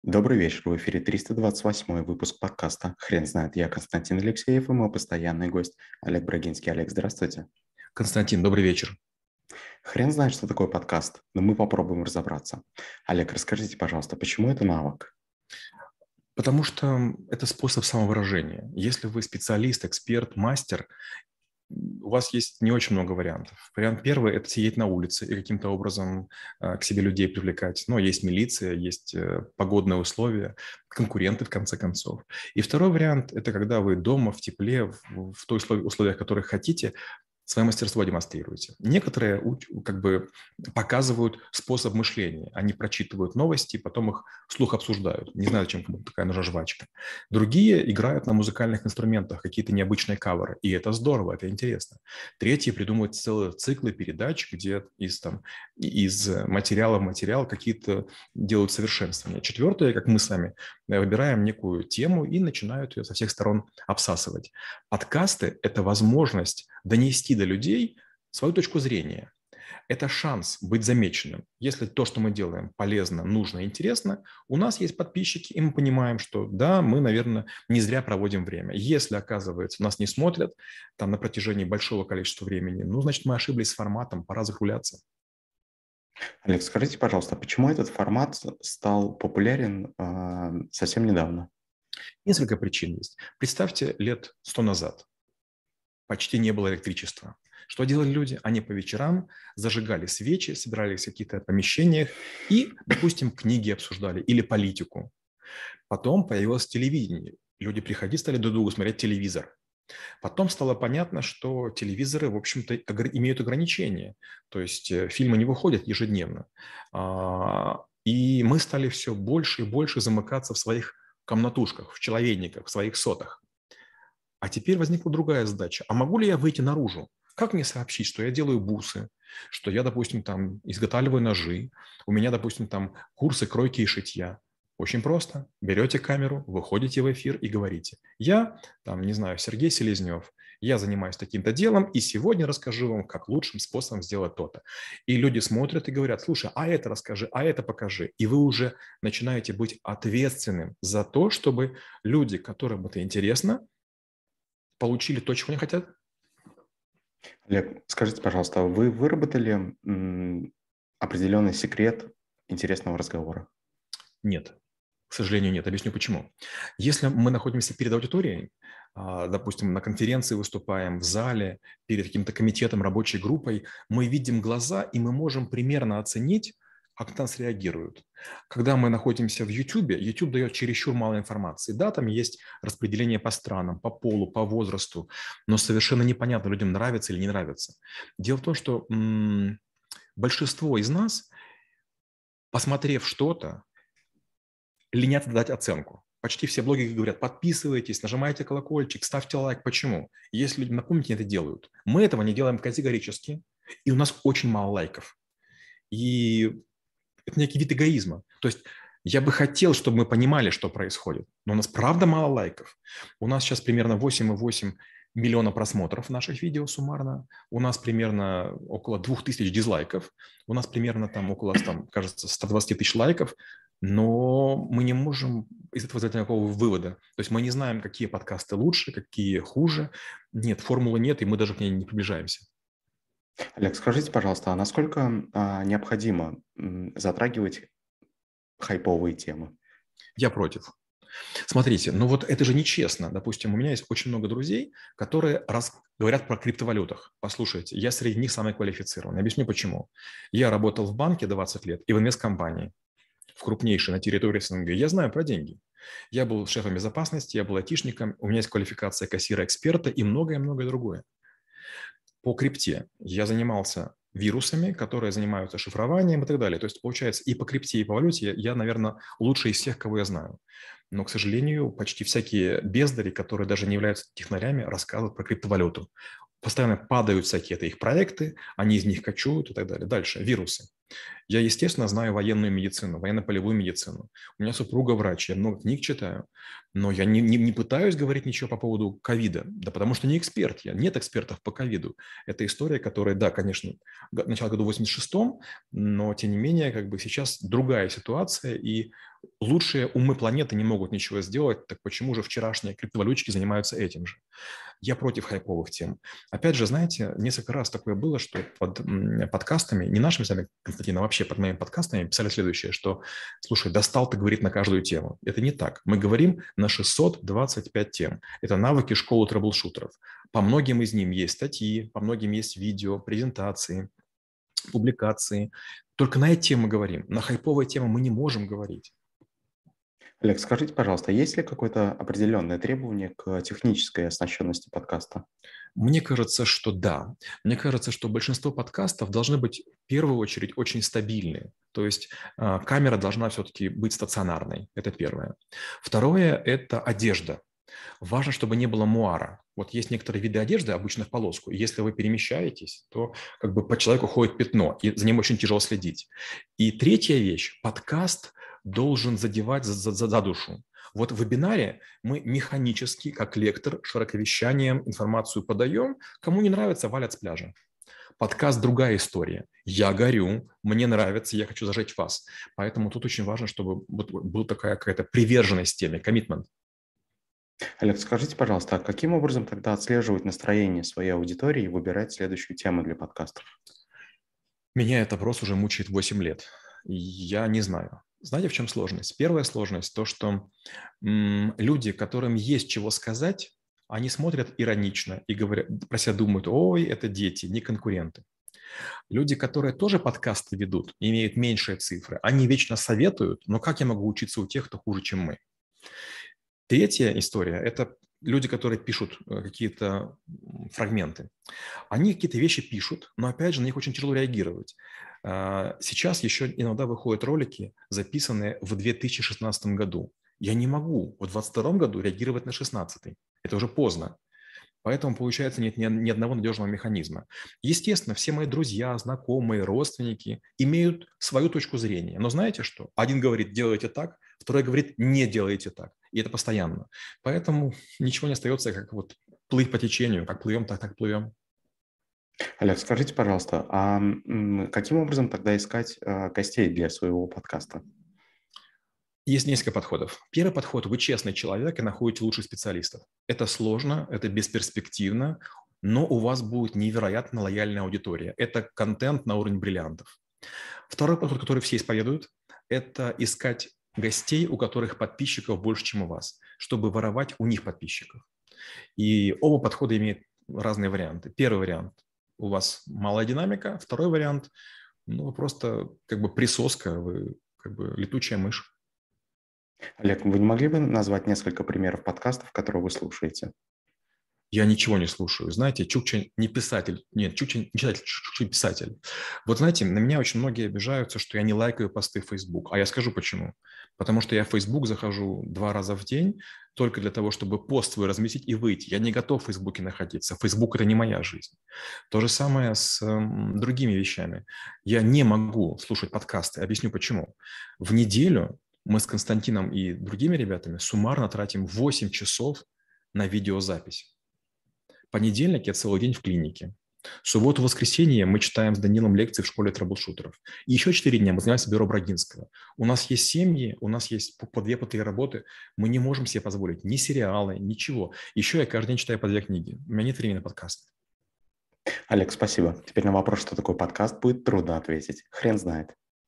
Добрый вечер, в эфире 328 выпуск подкаста «Хрен знает». Я Константин Алексеев и мой постоянный гость Олег Брагинский. Олег, здравствуйте. Константин, добрый вечер. Хрен знает, что такое подкаст, но мы попробуем разобраться. Олег, расскажите, пожалуйста, почему это навык? Потому что это способ самовыражения. Если вы специалист, эксперт, мастер, у вас есть не очень много вариантов. Вариант первый – это сидеть на улице и каким-то образом к себе людей привлекать. Но есть милиция, есть погодные условия, конкуренты, в конце концов. И второй вариант – это когда вы дома, в тепле, в той условиях, которых хотите, свое мастерство демонстрируете. Некоторые как бы показывают способ мышления. Они прочитывают новости, потом их вслух обсуждают. Не знаю, зачем кому-то такая нужна жвачка. Другие играют на музыкальных инструментах, какие-то необычные каверы. И это здорово, это интересно. Третьи придумывают целые циклы передач, где из материала в материал какие-то делают совершенствования. Четвертые, как мы с вами, выбираем некую тему и начинают ее со всех сторон обсасывать. Подкасты – это возможность донести до людей свою точку зрения. Это шанс быть замеченным. Если то, что мы делаем, полезно, нужно, интересно, у нас есть подписчики, и мы понимаем, что да, мы, наверное, не зря проводим время. Если, оказывается, нас не смотрят там на протяжении большого количества времени, ну, значит, мы ошиблись с форматом, пора закругляться. Олег, скажите, пожалуйста, почему этот формат стал популярен совсем недавно? Несколько причин есть. Представьте, лет 100 назад почти не было электричества. Что делали люди? Они по вечерам зажигали свечи, собирались в каких-то помещениях и, допустим, книги обсуждали или политику. Потом появилось телевидение. Люди приходить стали друг другу смотреть телевизор. Потом стало понятно, что телевизоры, в общем-то, имеют ограничения. То есть фильмы не выходят ежедневно. И мы стали все больше и больше замыкаться в своих комнатушках, в человейниках, в своих сотах. А теперь возникла другая задача. А могу ли я выйти наружу? Как мне сообщить, что я делаю бусы, что я, допустим, там изготавливаю ножи, у меня, допустим, там курсы кройки и шитья? Очень просто. Берете камеру, выходите в эфир и говорите: я, там, не знаю, Сергей Селезнев, я занимаюсь таким-то делом, и сегодня расскажу вам, как лучшим способом сделать то-то. И люди смотрят и говорят: слушай, а это расскажи, а это покажи. И вы уже начинаете быть ответственным за то, чтобы люди, которым это интересно, получили то, чего они хотят? Олег, скажите, пожалуйста, вы выработали определенный секрет интересного разговора? Нет. К сожалению, нет. Объясню почему. Если мы находимся перед аудиторией, допустим, на конференции выступаем, в зале, перед каким-то комитетом, рабочей группой, мы видим глаза, и мы можем примерно оценить, как на нас реагируют. Когда мы находимся в YouTube, YouTube дает чересчур мало информации. Да, там есть распределение по странам, по полу, по возрасту, но совершенно непонятно, людям нравится или не нравится. Дело в том, что большинство из нас, посмотрев что-то, ленятся дать оценку. Почти все блогеры говорят: подписывайтесь, нажимайте колокольчик, ставьте лайк. Почему? Если люди, напомните, это делают. Мы этого не делаем категорически, и у нас очень мало лайков. И это некий вид эгоизма. То есть я бы хотел, чтобы мы понимали, что происходит, но у нас правда мало лайков. У нас сейчас примерно 8,8 миллиона просмотров наших видео суммарно, у нас примерно около 2000 дизлайков, у нас примерно там около, там, кажется, 120 тысяч лайков, но мы не можем из этого сделать никакого вывода. То есть мы не знаем, какие подкасты лучше, какие хуже. Нет, формулы нет, и мы даже к ней не приближаемся. Олег, скажите, пожалуйста, а насколько необходимо затрагивать хайповые темы? Я против. Смотрите, ну вот это же нечестно. Допустим, у меня есть очень много друзей, которые говорят про криптовалютах. Послушайте, я среди них самый квалифицированный. Объясню почему. Я работал в банке 20 лет и в инвесткомпании, в крупнейшей на территории СНГ. Я знаю про деньги. Я был шефом безопасности, я был айтишником, у меня есть квалификация кассира-эксперта и многое-многое другое. По крипте я занимался вирусами, которые занимаются шифрованием и так далее. То есть, получается, и по крипте, и по валюте я, наверное, лучший из всех, кого я знаю. Но, к сожалению, почти всякие бездари, которые даже не являются технарями, рассказывают про криптовалюту. Постоянно падают всякие это их проекты, они из них кочуют и так далее. Дальше, вирусы. Я, естественно, знаю военную медицину, военно-полевую медицину. У меня супруга врач, я много книг читаю, но я не пытаюсь говорить ничего по поводу ковида, да потому что не эксперт я, нет экспертов по ковиду. Это история, которая, да, конечно, начало году 86-м, но, тем не менее, как бы сейчас другая ситуация, и лучшие умы планеты не могут ничего сделать, так почему же вчерашние криптовалютчики занимаются этим же? Я против хайповых тем. Опять же, знаете, несколько раз такое было, что под подкастами, не нашими сами, Константин, а вообще под моими подкастами писали следующее, что, слушай, достал ты говорить на каждую тему. Это не так. Мы говорим на 625 тем. Это навыки школы трэблшутеров. По многим из них есть статьи, по многим есть видео, презентации, публикации. Только на эти темы мы говорим. На хайповые темы мы не можем говорить. Олег, скажите, пожалуйста, есть ли какое-то определенное требование к технической оснащенности подкаста? Мне кажется, что да. Мне кажется, что большинство подкастов должны быть в первую очередь очень стабильные. То есть камера должна все-таки быть стационарной. Это первое. Второе – это одежда. Важно, чтобы не было муара. Вот есть некоторые виды одежды, обычно в полоску. И если вы перемещаетесь, то как бы по человеку ходит пятно, и за ним очень тяжело следить. И третья вещь – подкаст должен задевать за душу. Вот в вебинаре мы механически, как лектор, широковещанием информацию подаем. Кому не нравится, валят с пляжа. Подкаст – другая история. Я горю, мне нравится, я хочу зажечь вас. Поэтому тут очень важно, чтобы вот была такая какая-то приверженность теме, коммитмент. Олег, скажите, пожалуйста, а каким образом тогда отслеживать настроение своей аудитории и выбирать следующую тему для подкастов? Меня этот вопрос уже мучает 8 лет. Я не знаю. Знаете, в чем сложность? Первая сложность – то, что люди, которым есть чего сказать, они смотрят иронично и говорят, про себя думают, ой, это дети, не конкуренты. Люди, которые тоже подкасты ведут, имеют меньшие цифры, они вечно советуют, но как я могу учиться у тех, кто хуже, чем мы? Третья история – это люди, которые пишут какие-то фрагменты. Они какие-то вещи пишут, но, опять же, на них очень тяжело реагировать. Сейчас еще иногда выходят ролики, записанные в 2016 году. Я не могу в 2022 году реагировать на 2016. Это уже поздно. Поэтому, получается, нет ни одного надежного механизма. Естественно, все мои друзья, знакомые, родственники имеют свою точку зрения. Но знаете что? Один говорит, делайте так, второй говорит, не делайте так. И это постоянно. Поэтому ничего не остается, как вот плыть по течению. Как плывем, так плывем. Олег, скажите, пожалуйста, а каким образом тогда искать гостей для своего подкаста? Есть несколько подходов. Первый подход – вы честный человек и находите лучших специалистов. Это сложно, это бесперспективно, но у вас будет невероятно лояльная аудитория. Это контент на уровне бриллиантов. Второй подход, который все исповедуют – это искать гостей, у которых подписчиков больше, чем у вас, чтобы воровать у них подписчиков. И оба подхода имеют разные варианты. Первый вариант – у вас малая динамика. Второй вариант – ну, просто как бы присоска, вы как бы летучая мышь. Олег, вы не могли бы назвать несколько примеров подкастов, которые вы слушаете? Я ничего не слушаю. Знаете, Чукча не писатель. Нет, Чукча не читатель, Чукча писатель. Вот знаете, на меня очень многие обижаются, что я не лайкаю посты в Facebook. А я скажу почему. Потому что я в Facebook захожу 2 раза в день только для того, чтобы пост свой разместить и выйти. Я не готов в Фейсбуке находиться. Facebook – это не моя жизнь. То же самое с другими вещами. Я не могу слушать подкасты. Объясню почему. В неделю мы с Константином и другими ребятами суммарно тратим 8 часов на видеозапись. Понедельник я целый день в клинике. Субботу-воскресенье мы читаем с Данилом лекции в школе трэблшутеров. И еще 4 дня мы занимаемся бюро Брагинского. У нас есть семьи, у нас есть по 2, по 3 работы. Мы не можем себе позволить ни сериалы, ничего. Еще я каждый день читаю по 2 книги. У меня нет времени на подкаст. Олег, спасибо. Теперь на вопрос, что такое подкаст, будет трудно ответить. Хрен знает.